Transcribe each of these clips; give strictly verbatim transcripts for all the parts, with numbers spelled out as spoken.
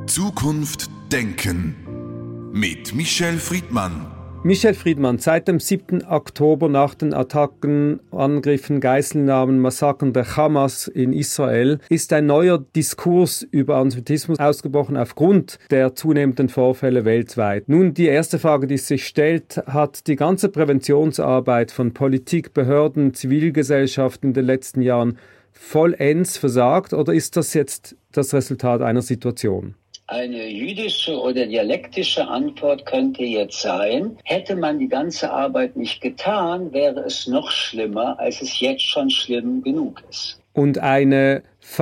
Zukunft denken mit Michel Friedmann. Michel Friedmann, seit dem siebten Oktober nach den Attacken, Angriffen, Geiselnahmen, Massakern der Hamas in Israel ist ein neuer Diskurs über Antisemitismus ausgebrochen aufgrund der zunehmenden Vorfälle weltweit. Nun, die erste Frage, die sich stellt, hat die ganze Präventionsarbeit von Politik, Behörden, Zivilgesellschaft in den letzten Jahren vollends versagt oder ist das jetzt das Resultat einer Situation? Eine jüdische oder dialektische Antwort könnte jetzt sein, hätte man die ganze Arbeit nicht getan, wäre es noch schlimmer, als es jetzt schon schlimm genug ist. Und eine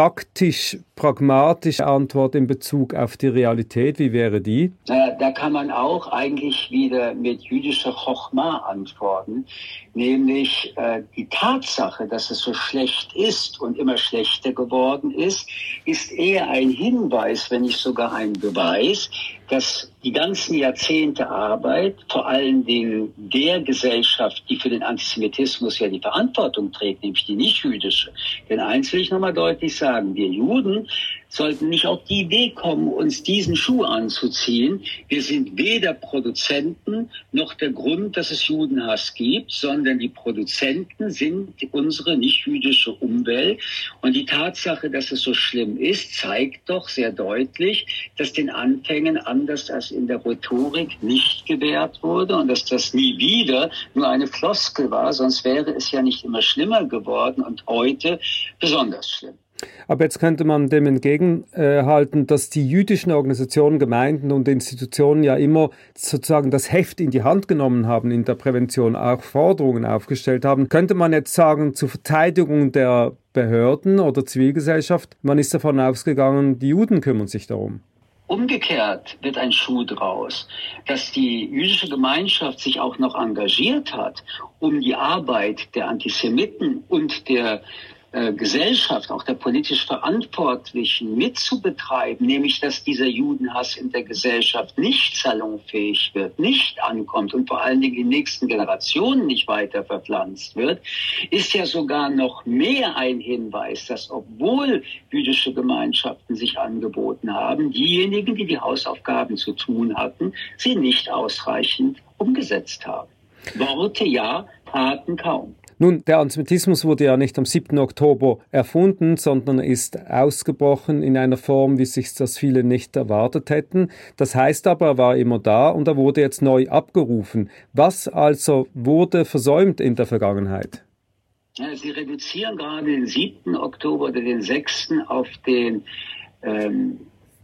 faktisch-pragmatische Antwort in Bezug auf die Realität, wie wäre die? Naja, da kann man auch eigentlich wieder mit jüdischer Chochma antworten, nämlich äh, die Tatsache, dass es so schlecht ist und immer schlechter geworden ist, ist eher ein Hinweis, wenn nicht sogar ein Beweis, dass die ganzen Jahrzehnte Arbeit, vor allen Dingen der Gesellschaft, die für den Antisemitismus ja die Verantwortung trägt, nämlich die nicht-jüdische. Denn eins will ich nochmal deutlich sagen, wir Juden sollten nicht auf die Idee kommen, uns diesen Schuh anzuziehen. Wir sind weder Produzenten noch der Grund, dass es Judenhass gibt, sondern die Produzenten sind unsere nicht-jüdische Umwelt. Und die Tatsache, dass es so schlimm ist, zeigt doch sehr deutlich, dass den Anfängen anders als in der Rhetorik nicht gewährt wurde und dass das nie wieder nur eine Floskel war, sonst wäre es ja nicht immer schlimmer geworden und heute besonders schlimm. Aber jetzt könnte man dem entgegenhalten, dass die jüdischen Organisationen, Gemeinden und Institutionen ja immer sozusagen das Heft in die Hand genommen haben in der Prävention, auch Forderungen aufgestellt haben. Könnte man jetzt sagen, zur Verteidigung der Behörden oder Zivilgesellschaft, man ist davon ausgegangen, die Juden kümmern sich darum? Umgekehrt wird ein Schuh draus, dass die jüdische Gemeinschaft sich auch noch engagiert hat, um die Arbeit der Antisemiten und der äh, Gesellschaft, auch der politisch Verantwortlichen mitzubetreiben, nämlich dass dieser Judenhass in der Gesellschaft nicht salonfähig wird, nicht ankommt und vor allen Dingen in den nächsten Generationen nicht weiter verpflanzt wird, ist ja sogar noch mehr ein Hinweis, dass obwohl jüdische Gemeinschaften sich angeboten haben, diejenigen, die die Hausaufgaben zu tun hatten, sie nicht ausreichend umgesetzt haben. Worte ja, Taten kaum. Nun, der Antisemitismus wurde ja nicht am siebten Oktober erfunden, sondern ist ausgebrochen in einer Form, wie sich das viele nicht erwartet hätten. Das heißt aber, er war immer da und er wurde jetzt neu abgerufen. Was also wurde versäumt in der Vergangenheit? Ja, Sie reduzieren gerade den siebten Oktober oder den sechsten auf den ähm,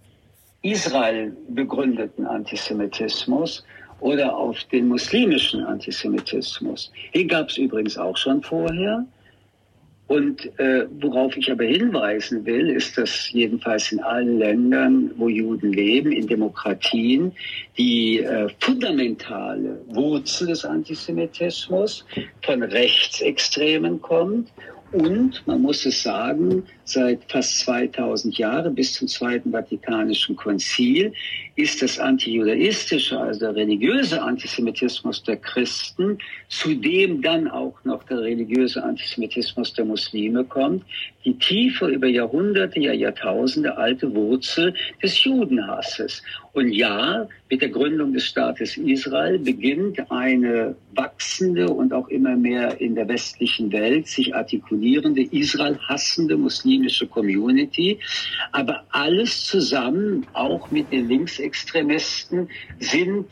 Israel begründeten Antisemitismus oder auf den muslimischen Antisemitismus. Den gab es übrigens auch schon vorher. Und äh, worauf ich aber hinweisen will, ist, dass jedenfalls in allen Ländern, wo Juden leben, in Demokratien, die äh, fundamentale Wurzel des Antisemitismus von Rechtsextremen kommt. Und, man muss es sagen, seit fast zweitausend Jahren bis zum Zweiten Vatikanischen Konzil ist das antijudaistische, also der religiöse Antisemitismus der Christen, zu dem dann auch noch der religiöse Antisemitismus der Muslime kommt, die tiefe, über Jahrhunderte, ja Jahrtausende alte Wurzel des Judenhasses. Und ja, mit der Gründung des Staates Israel beginnt eine wachsende und auch immer mehr in der westlichen Welt sich artikulierende, Israel hassende muslimische Community. Aber alles zusammen, auch mit den Linksextremisten, sind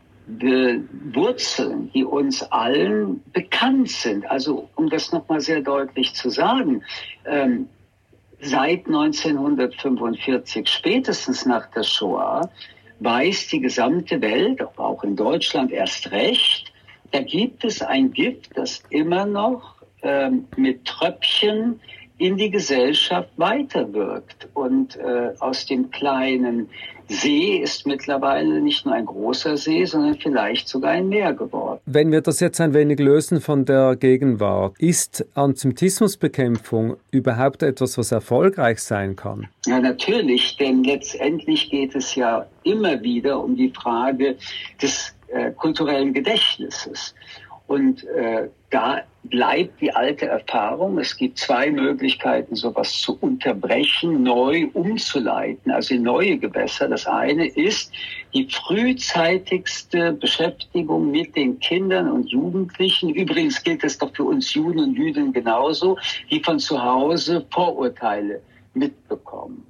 Wurzeln, die uns allen bekannt sind. Also um das nochmal sehr deutlich zu sagen, ähm, seit neunzehnhundertfünfundvierzig, spätestens nach der Shoah, weiß die gesamte Welt, aber auch in Deutschland erst recht, da gibt es ein Gift, das immer noch ähm, mit Tröpfchen in die Gesellschaft weiterwirkt. Und äh, aus dem kleinen See ist mittlerweile nicht nur ein großer See, sondern vielleicht sogar ein Meer geworden. Wenn wir das jetzt ein wenig lösen von der Gegenwart, ist Antisemitismusbekämpfung überhaupt etwas, was erfolgreich sein kann? Ja, natürlich, denn letztendlich geht es ja immer wieder um die Frage des äh, kulturellen Gedächtnisses. Und äh, da bleibt die alte Erfahrung. Es gibt zwei Möglichkeiten, sowas zu unterbrechen, neu umzuleiten, also in neue Gewässer. Das eine ist die frühzeitigste Beschäftigung mit den Kindern und Jugendlichen. Übrigens gilt es doch für uns Juden und Jüdinnen genauso, die von zu Hause Vorurteile mitbekommen.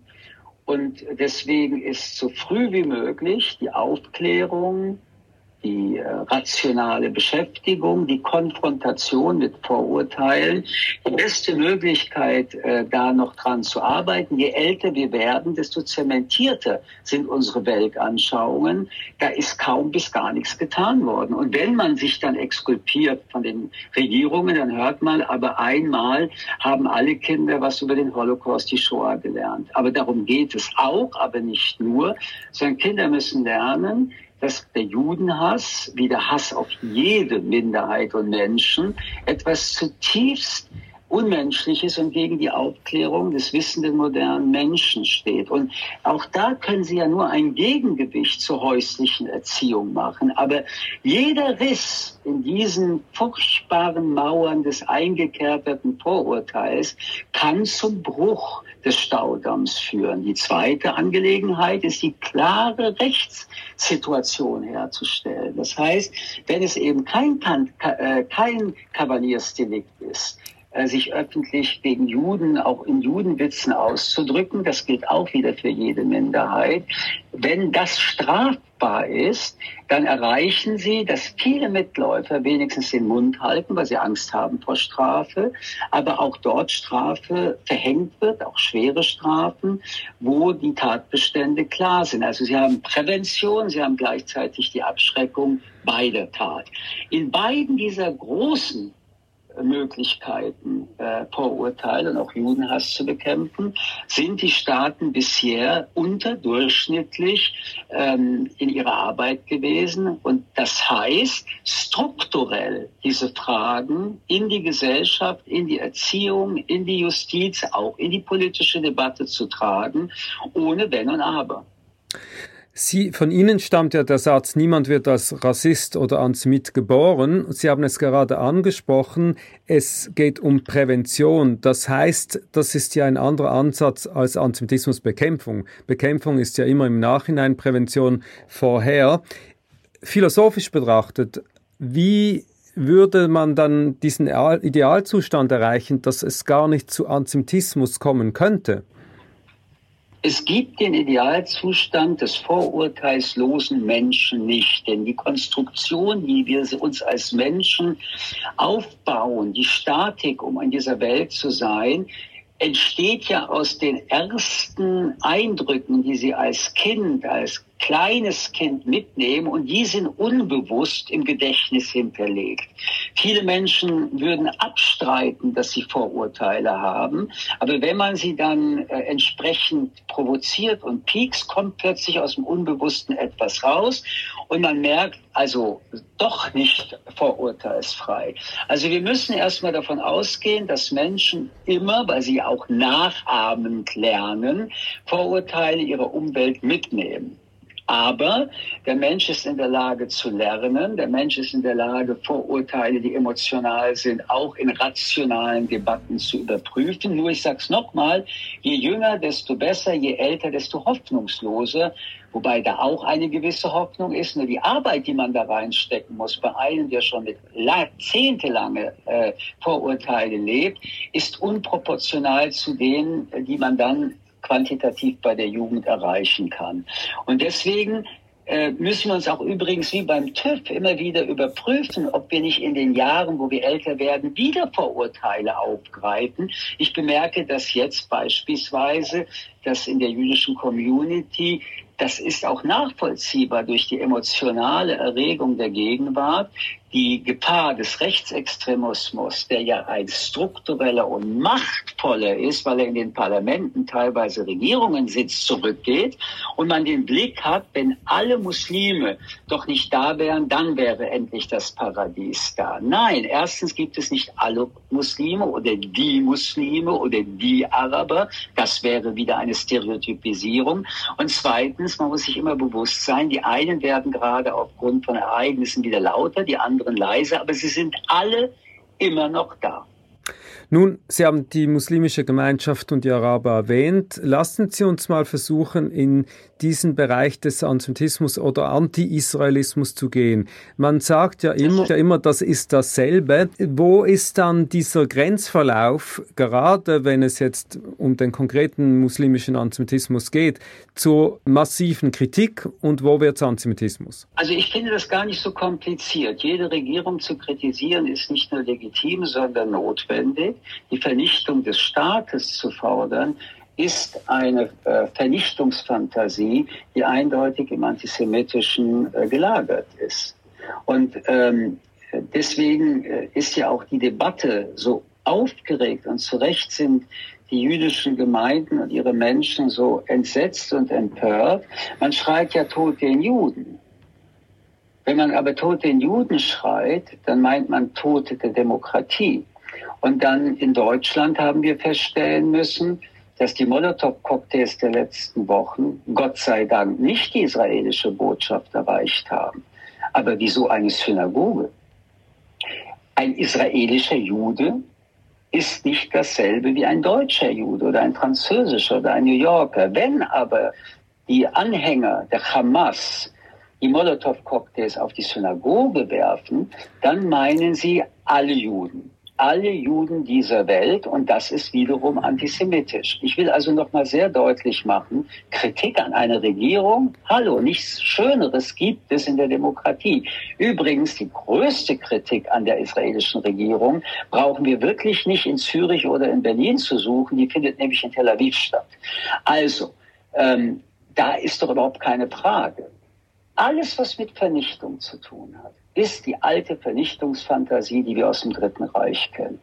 Und deswegen ist so früh wie möglich die Aufklärung, die äh, rationale Beschäftigung, die Konfrontation mit Vorurteilen, die beste Möglichkeit, äh, da noch dran zu arbeiten. Je älter wir werden, desto zementierter sind unsere Weltanschauungen. Da ist kaum bis gar nichts getan worden. Und wenn man sich dann exkulpiert von den Regierungen, dann hört man, aber einmal haben alle Kinder was über den Holocaust, die Shoah gelernt. Aber darum geht es auch, aber nicht nur, sondern Kinder müssen lernen, dass der Judenhass, wie der Hass auf jede Minderheit und Menschen, etwas zutiefst Unmenschliches und gegen die Aufklärung des wissenden modernen Menschen steht. Und auch da können Sie ja nur ein Gegengewicht zur häuslichen Erziehung machen. Aber jeder Riss in diesen furchtbaren Mauern des eingekerkerten Vorurteils kann zum Bruch des Staudamms führen. Die zweite Angelegenheit ist, die klare Rechtssituation herzustellen. Das heißt, wenn es eben kein, kein Kavaliersdelikt ist, sich öffentlich gegen Juden, auch in Judenwitzen auszudrücken, das gilt auch wieder für jede Minderheit. Wenn das strafbar ist, dann erreichen Sie, dass viele Mitläufer wenigstens den Mund halten, weil sie Angst haben vor Strafe, aber auch dort Strafe verhängt wird, auch schwere Strafen, wo die Tatbestände klar sind. Also Sie haben Prävention, Sie haben gleichzeitig die Abschreckung bei der Tat. In beiden dieser großen Möglichkeiten, äh, Vorurteile und auch Judenhass zu bekämpfen, sind die Staaten bisher unterdurchschnittlich ähm, in ihrer Arbeit gewesen. Und das heißt, strukturell diese Fragen in die Gesellschaft, in die Erziehung, in die Justiz, auch in die politische Debatte zu tragen, ohne Wenn und Aber. Sie, von Ihnen stammt ja der Satz, niemand wird als Rassist oder Antisemit geboren. Sie haben es gerade angesprochen, es geht um Prävention. Das heißt, das ist ja ein anderer Ansatz als Antisemitismusbekämpfung. Bekämpfung ist ja immer im Nachhinein, Prävention vorher. Philosophisch betrachtet, wie würde man dann diesen Idealzustand erreichen, dass es gar nicht zu Antisemitismus kommen könnte? Es gibt den Idealzustand des vorurteilslosen Menschen nicht, denn die Konstruktion, die wir uns als Menschen aufbauen, die Statik, um in dieser Welt zu sein, entsteht ja aus den ersten Eindrücken, die Sie als Kind, als kleines Kind mitnehmen, und die sind unbewusst im Gedächtnis hinterlegt. Viele Menschen würden abstreiten, dass sie Vorurteile haben, aber wenn man sie dann äh, entsprechend provoziert und piekst, kommt plötzlich aus dem Unbewussten etwas raus und man merkt, also doch nicht vorurteilsfrei. Also wir müssen erstmal davon ausgehen, dass Menschen immer, weil sie auch nachahmend lernen, Vorurteile ihrer Umwelt mitnehmen. Aber der Mensch ist in der Lage zu lernen, der Mensch ist in der Lage, Vorurteile, die emotional sind, auch in rationalen Debatten zu überprüfen. Nur ich sage es nochmal, je jünger, desto besser, je älter, desto hoffnungsloser. Wobei da auch eine gewisse Hoffnung ist, nur die Arbeit, die man da reinstecken muss, bei einem, der schon mit jahrzehntelange äh, Vorurteile lebt, ist unproportional zu denen, die man dann quantitativ bei der Jugend erreichen kann. Und deswegen äh, müssen wir uns auch übrigens wie beim TÜV immer wieder überprüfen, ob wir nicht in den Jahren, wo wir älter werden, wieder Vorurteile aufgreifen. Ich bemerke das jetzt beispielsweise, dass in der jüdischen Community, das ist auch nachvollziehbar durch die emotionale Erregung der Gegenwart, die Gefahr des Rechtsextremismus, der ja ein struktureller und machtvoller ist, weil er in den Parlamenten teilweise Regierungen sitzt, zurückgeht und man den Blick hat, wenn alle Muslime doch nicht da wären, dann wäre endlich das Paradies da. Nein, erstens gibt es nicht alle Muslime oder die Muslime oder die Araber. Das wäre wieder eine Stereotypisierung. Und zweitens zweitens, man muss sich immer bewusst sein, die einen werden gerade aufgrund von Ereignissen wieder lauter, die anderen leiser, aber sie sind alle immer noch da. Nun, Sie haben die muslimische Gemeinschaft und die Araber erwähnt. Lassen Sie uns mal versuchen, in diesen Bereich des Antisemitismus oder Anti-Israelismus zu gehen. Man sagt ja immer, ja immer, das ist dasselbe. Wo ist dann dieser Grenzverlauf, gerade wenn es jetzt um den konkreten muslimischen Antisemitismus geht, zur massiven Kritik und wo wird es Antisemitismus? Also ich finde das gar nicht so kompliziert. Jede Regierung zu kritisieren ist nicht nur legitim, sondern notwendig. Die Vernichtung des Staates zu fordern, ist eine äh, Vernichtungsfantasie, die eindeutig im Antisemitischen äh, gelagert ist. Und ähm, deswegen äh, ist ja auch die Debatte so aufgeregt und zu Recht sind die jüdischen Gemeinden und ihre Menschen so entsetzt und empört. Man schreit ja Tod den Juden. Wenn man aber Tod den Juden schreit, dann meint man Tod der Demokratie. Und dann in Deutschland haben wir feststellen müssen, dass die Molotow-Cocktails der letzten Wochen, Gott sei Dank, nicht die israelische Botschaft erreicht haben. Aber wieso eine Synagoge? Ein israelischer Jude ist nicht dasselbe wie ein deutscher Jude oder ein französischer oder ein New Yorker. Wenn aber die Anhänger der Hamas die Molotow-Cocktails auf die Synagoge werfen, dann meinen sie alle Juden. Alle Juden dieser Welt, und das ist wiederum antisemitisch. Ich will also nochmal sehr deutlich machen, Kritik an einer Regierung, hallo, nichts Schöneres gibt es in der Demokratie. Übrigens, die größte Kritik an der israelischen Regierung brauchen wir wirklich nicht in Zürich oder in Berlin zu suchen, die findet nämlich in Tel Aviv statt. Also, ähm, da ist doch überhaupt keine Frage. Alles, was mit Vernichtung zu tun hat, ist die alte Vernichtungsfantasie, die wir aus dem Dritten Reich kennen.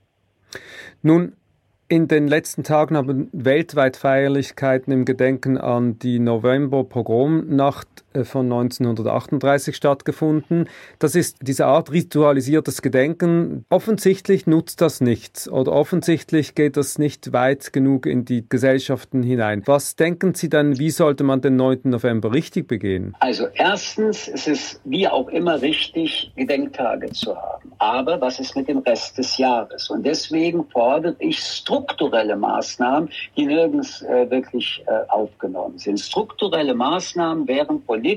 Nun, in den letzten Tagen haben weltweit Feierlichkeiten im Gedenken an die November-Pogromnacht von neunzehnhundertachtunddreißig stattgefunden. Das ist diese Art ritualisiertes Gedenken. Offensichtlich nutzt das nichts oder offensichtlich geht das nicht weit genug in die Gesellschaften hinein. Was denken Sie denn, wie sollte man den neunten November richtig begehen? Also erstens ist es wie auch immer richtig, Gedenktage zu haben. Aber was ist mit dem Rest des Jahres? Und deswegen fordere ich strukturelle Maßnahmen, die nirgends äh, wirklich äh, aufgenommen sind. Strukturelle Maßnahmen wären politische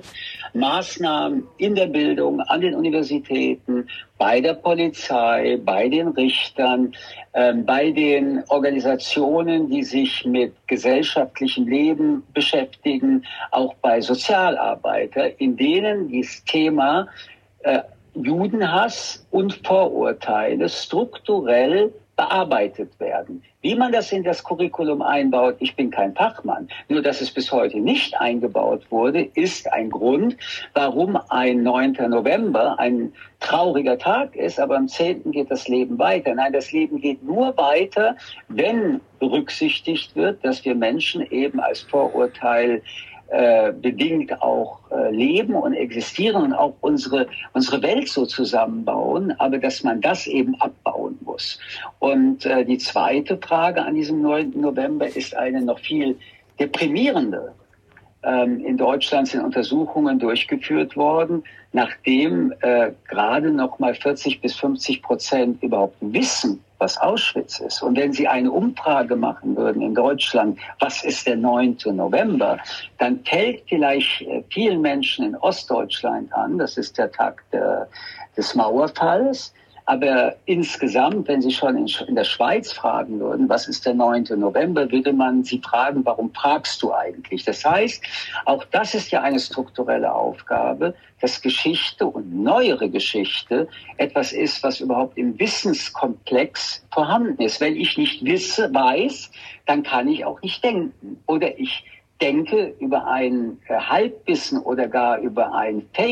Maßnahmen in der Bildung, an den Universitäten, bei der Polizei, bei den Richtern, äh, bei den Organisationen, die sich mit gesellschaftlichem Leben beschäftigen, auch bei Sozialarbeitern, in denen das Thema äh, Judenhass und Vorurteile strukturell bearbeitet werden. Wie man das in das Curriculum einbaut, ich bin kein Fachmann. Nur, dass es bis heute nicht eingebaut wurde, ist ein Grund, warum ein neunter November ein trauriger Tag ist, aber am zehnten geht das Leben weiter. Nein, das Leben geht nur weiter, wenn berücksichtigt wird, dass wir Menschen eben als Vorurteil Äh, bedingt auch äh, leben und existieren und auch unsere unsere Welt so zusammenbauen, aber dass man das eben abbauen muss. Und äh, die zweite Frage an diesem neunten November ist eine noch viel deprimierende. Ähm, in Deutschland sind Untersuchungen durchgeführt worden, nachdem äh, gerade noch mal vierzig bis fünfzig Prozent überhaupt wissen, was Auschwitz ist. Und wenn Sie eine Umfrage machen würden in Deutschland, was ist der neunte November, dann fällt vielleicht vielen Menschen in Ostdeutschland an, das ist der Tag der, des Mauerfalls. Aber insgesamt, wenn Sie schon in, in der Schweiz fragen würden, was ist der neunte November, würde man Sie fragen, warum fragst du eigentlich? Das heißt, auch das ist ja eine strukturelle Aufgabe, dass Geschichte und neuere Geschichte etwas ist, was überhaupt im Wissenskomplex vorhanden ist. Wenn ich nicht wisse, weiß, dann kann ich auch nicht denken. Oder ich denke über ein Halbwissen oder gar über ein Fake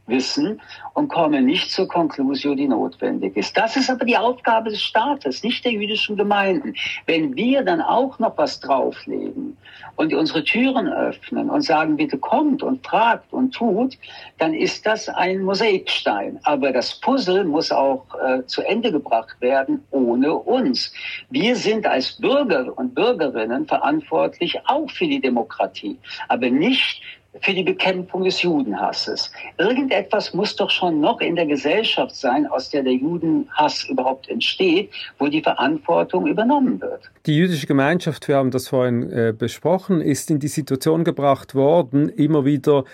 wissen und komme nicht zur Konklusion, die notwendig ist. Das ist aber die Aufgabe des Staates, nicht der jüdischen Gemeinden. Wenn wir dann auch noch was drauflegen und unsere Türen öffnen und sagen, bitte kommt und fragt und tut, dann ist das ein Mosaikstein. Aber das Puzzle muss auch äh, zu Ende gebracht werden ohne uns. Wir sind als Bürger und Bürgerinnen verantwortlich auch für die Demokratie, aber nicht für die Bekämpfung des Judenhasses. Irgendetwas muss doch schon noch in der Gesellschaft sein, aus der der Judenhass überhaupt entsteht, wo die Verantwortung übernommen wird. Die jüdische Gemeinschaft, wir haben das vorhin äh, besprochen, ist in die Situation gebracht worden, immer wieder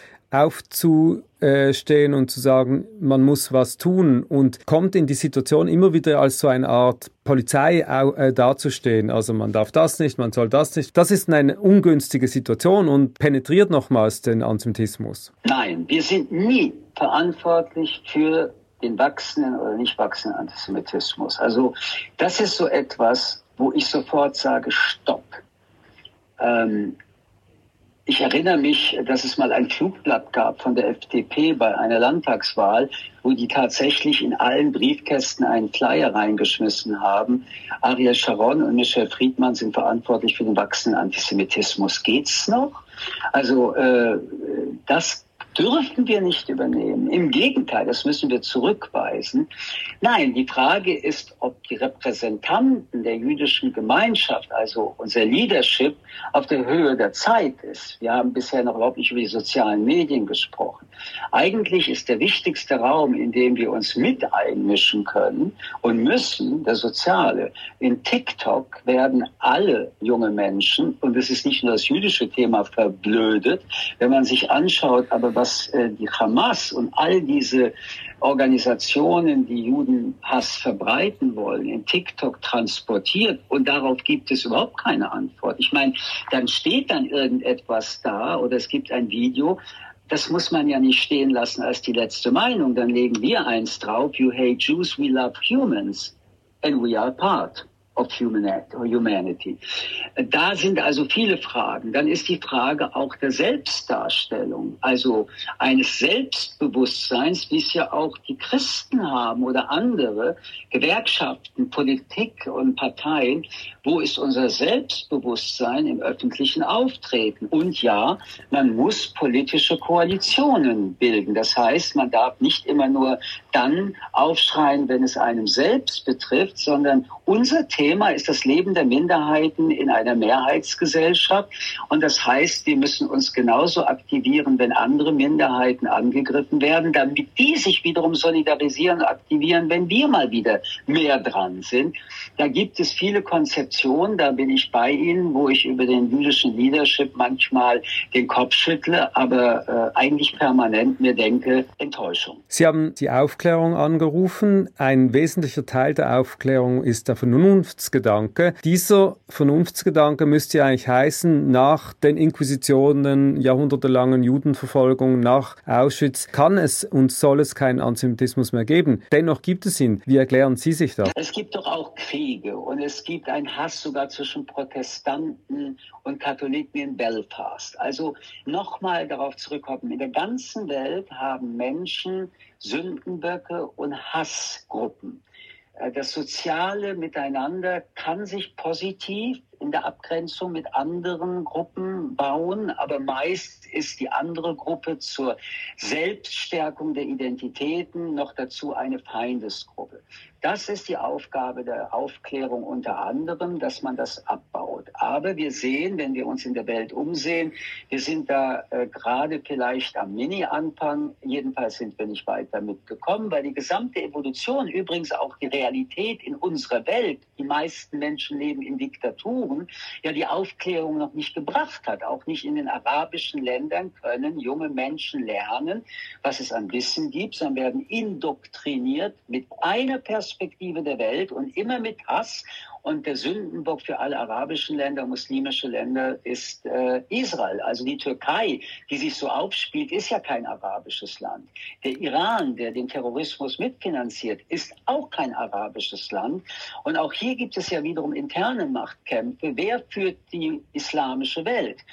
aufzustehen und zu sagen, man muss was tun, und kommt in die Situation immer wieder als so eine Art Polizei äh, dazustehen. Also man darf das nicht, man soll das nicht. Das ist eine ungünstige Situation und penetriert nochmals den Antisemitismus. Nein, wir sind nie verantwortlich für den wachsenden oder nicht wachsenden Antisemitismus. Also das ist so etwas, wo ich sofort sage, stopp. Ähm, Ich erinnere mich, dass es mal ein Flugblatt gab von der F D P bei einer Landtagswahl, wo die tatsächlich in allen Briefkästen einen Flyer reingeschmissen haben. Ariel Sharon und Michel Friedmann sind verantwortlich für den wachsenden Antisemitismus. Geht's noch? Also äh, das dürfen wir nicht übernehmen. Im Gegenteil, das müssen wir zurückweisen. Nein, die Frage ist, ob die Repräsentanten der jüdischen Gemeinschaft, also unser Leadership, auf der Höhe der Zeit ist. Wir haben bisher noch überhaupt nicht über die sozialen Medien gesprochen. Eigentlich ist der wichtigste Raum, in dem wir uns mit einmischen können und müssen, der soziale. In TikTok werden alle junge Menschen, und es ist nicht nur das jüdische Thema, verblödet, wenn man sich anschaut, aber was äh, die Hamas und all diese Organisationen, die Judenhass verbreiten wollen, in TikTok transportiert, und darauf gibt es überhaupt keine Antwort. Ich meine, dann steht dann irgendetwas da oder es gibt ein Video, das muss man ja nicht stehen lassen als die letzte Meinung. Dann legen wir eins drauf, you hate Jews, we love humans and we are part of humanity. Da sind also viele Fragen. Dann ist die Frage auch der Selbstdarstellung, also eines Selbstbewusstseins, wie es ja auch die Christen haben oder andere Gewerkschaften, Politik und Parteien. Wo ist unser Selbstbewusstsein im öffentlichen Auftreten? Und ja, man muss politische Koalitionen bilden. Das heißt, man darf nicht immer nur dann aufschreien, wenn es einem selbst betrifft, sondern unser Thema ist das Leben der Minderheiten in einer Mehrheitsgesellschaft. Und das heißt, wir müssen uns genauso aktivieren, wenn andere Minderheiten angegriffen werden, damit die sich wiederum solidarisieren und aktivieren, wenn wir mal wieder mehr dran sind. Da gibt es viele Konzeptionen, da bin ich bei Ihnen, wo ich über den jüdischen Leadership manchmal den Kopf schüttle, aber äh, eigentlich permanent mir denke, Enttäuschung. Sie haben die Aufklärung angerufen. Ein wesentlicher Teil der Aufklärung ist der Vernunftsgedanke. Dieser Vernunftsgedanke müsste ja eigentlich heißen, nach den Inquisitionen, jahrhundertelangen Judenverfolgung, nach Auschwitz, kann es und soll es keinen Antisemitismus mehr geben. Dennoch gibt es ihn. Wie erklären Sie sich das? Es gibt doch auch Kriege und es gibt einen Hass sogar zwischen Protestanten und Katholiken in Belfast. Also nochmal darauf zurückkommen. In der ganzen Welt haben Menschen Sündenböcke und Hassgruppen. Das soziale Miteinander kann sich positiv in der Abgrenzung mit anderen Gruppen bauen, aber meist ist die andere Gruppe zur Selbststärkung der Identitäten noch dazu eine Feindesgruppe. Das ist die Aufgabe der Aufklärung unter anderem, dass man das abbaut. Aber wir sehen, wenn wir uns in der Welt umsehen, wir sind da äh, gerade vielleicht am Mini-Anfang, jedenfalls sind wir nicht weit damit gekommen, weil die gesamte Evolution, übrigens auch die Realität in unserer Welt, die meisten Menschen leben in Diktaturen, ja die Aufklärung noch nicht gebracht hat. Auch nicht in den arabischen Ländern können junge Menschen lernen, was es an Wissen gibt, sondern werden indoktriniert mit einer Perspektive der Welt und immer mit Hass. Und der Sündenbock für alle arabischen Länder, muslimische Länder ist äh, Israel. Also die Türkei, die sich so aufspielt, ist ja kein arabisches Land. Der Iran, der den Terrorismus mitfinanziert, ist auch kein arabisches Land. Und auch hier gibt es ja wiederum interne Machtkämpfe. Wer führt die islamische Welt?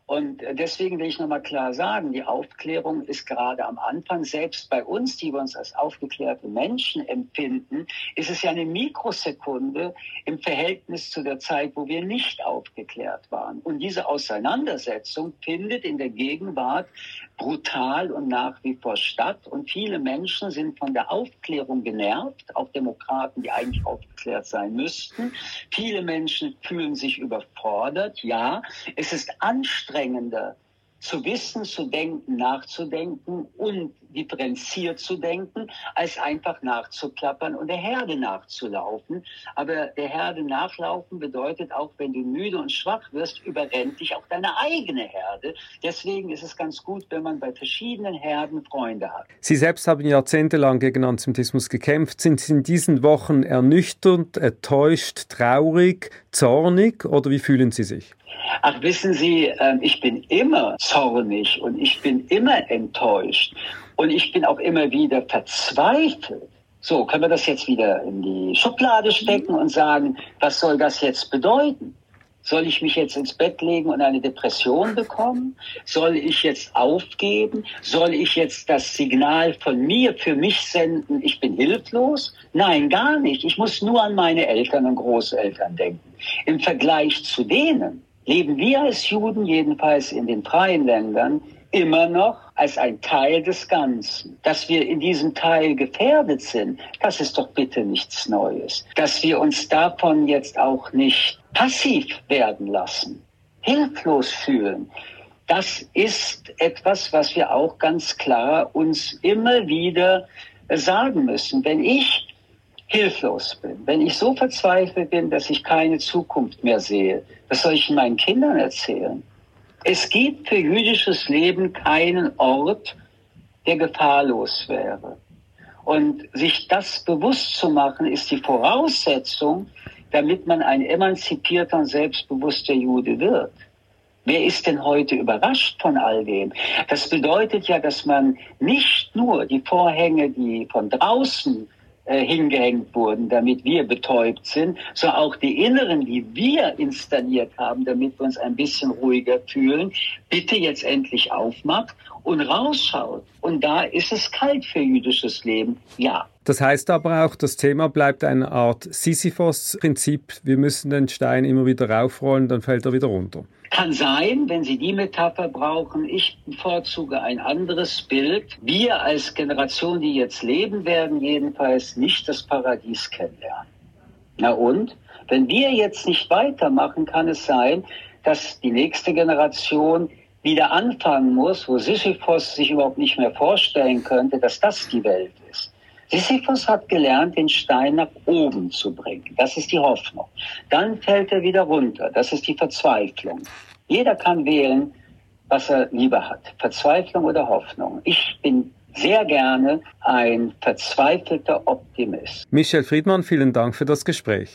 Und deswegen will ich nochmal klar sagen, die Aufklärung ist gerade am Anfang, selbst bei uns, die wir uns als aufgeklärte Menschen empfinden, ist es ja eine Mikrosekunde im Verhältnis zu der Zeit, wo wir nicht aufgeklärt waren. Und diese Auseinandersetzung findet in der Gegenwart brutal und nach wie vor statt. Und viele Menschen sind von der Aufklärung genervt, auch Demokraten, die eigentlich aufgeklärt sein müssten. Viele Menschen fühlen sich überfordert. Ja, es ist anstrengender, zu wissen, zu denken, nachzudenken und differenziert zu denken, als einfach nachzuklappern und der Herde nachzulaufen. Aber der Herde nachlaufen bedeutet auch, wenn du müde und schwach wirst, überrennt dich auch deine eigene Herde. Deswegen ist es ganz gut, wenn man bei verschiedenen Herden Freunde hat. Sie selbst haben jahrzehntelang gegen Antisemitismus gekämpft. Sind Sie in diesen Wochen ernüchternd, enttäuscht, traurig, zornig oder wie fühlen Sie sich? Ach, wissen Sie, ich bin immer zornig und ich bin immer enttäuscht und ich bin auch immer wieder verzweifelt. So, können wir das jetzt wieder in die Schublade stecken und sagen, was soll das jetzt bedeuten? Soll ich mich jetzt ins Bett legen und eine Depression bekommen? Soll ich jetzt aufgeben? Soll ich jetzt das Signal von mir für mich senden, ich bin hilflos? Nein, gar nicht. Ich muss nur an meine Eltern und Großeltern denken. Im Vergleich zu denen leben wir als Juden, jedenfalls in den freien Ländern, immer noch als ein Teil des Ganzen. Dass wir in diesem Teil gefährdet sind, das ist doch bitte nichts Neues. Dass wir uns davon jetzt auch nicht passiv werden lassen, hilflos fühlen, das ist etwas, was wir auch ganz klar uns immer wieder sagen müssen. Wenn ich hilflos bin, wenn ich so verzweifelt bin, dass ich keine Zukunft mehr sehe, was soll ich meinen Kindern erzählen? Es gibt für jüdisches Leben keinen Ort, der gefahrlos wäre. Und sich das bewusst zu machen, ist die Voraussetzung, damit man ein emanzipierter und selbstbewusster Jude wird. Wer ist denn heute überrascht von all dem? Das bedeutet ja, dass man nicht nur die Vorhänge, die von draußen hingehängt wurden, damit wir betäubt sind, sondern auch die inneren, die wir installiert haben, damit wir uns ein bisschen ruhiger fühlen, bitte jetzt endlich aufmacht und rausschaut. Und da ist es kalt für jüdisches Leben, ja. Das heißt aber auch, das Thema bleibt eine Art Sisyphos-Prinzip. Wir müssen den Stein immer wieder raufrollen, dann fällt er wieder runter. Kann sein, wenn Sie die Metapher brauchen. Ich bevorzuge ein anderes Bild. Wir als Generation, die jetzt leben werden, jedenfalls nicht das Paradies kennenlernen. Na und? Wenn wir jetzt nicht weitermachen, kann es sein, dass die nächste Generation wieder anfangen muss, wo Sisyphos sich überhaupt nicht mehr vorstellen könnte, dass das die Welt ist. Sisyphos hat gelernt, den Stein nach oben zu bringen. Das ist die Hoffnung. Dann fällt er wieder runter. Das ist die Verzweiflung. Jeder kann wählen, was er lieber hat. Verzweiflung oder Hoffnung. Ich bin sehr gerne ein verzweifelter Optimist. Michel Friedmann, vielen Dank für das Gespräch.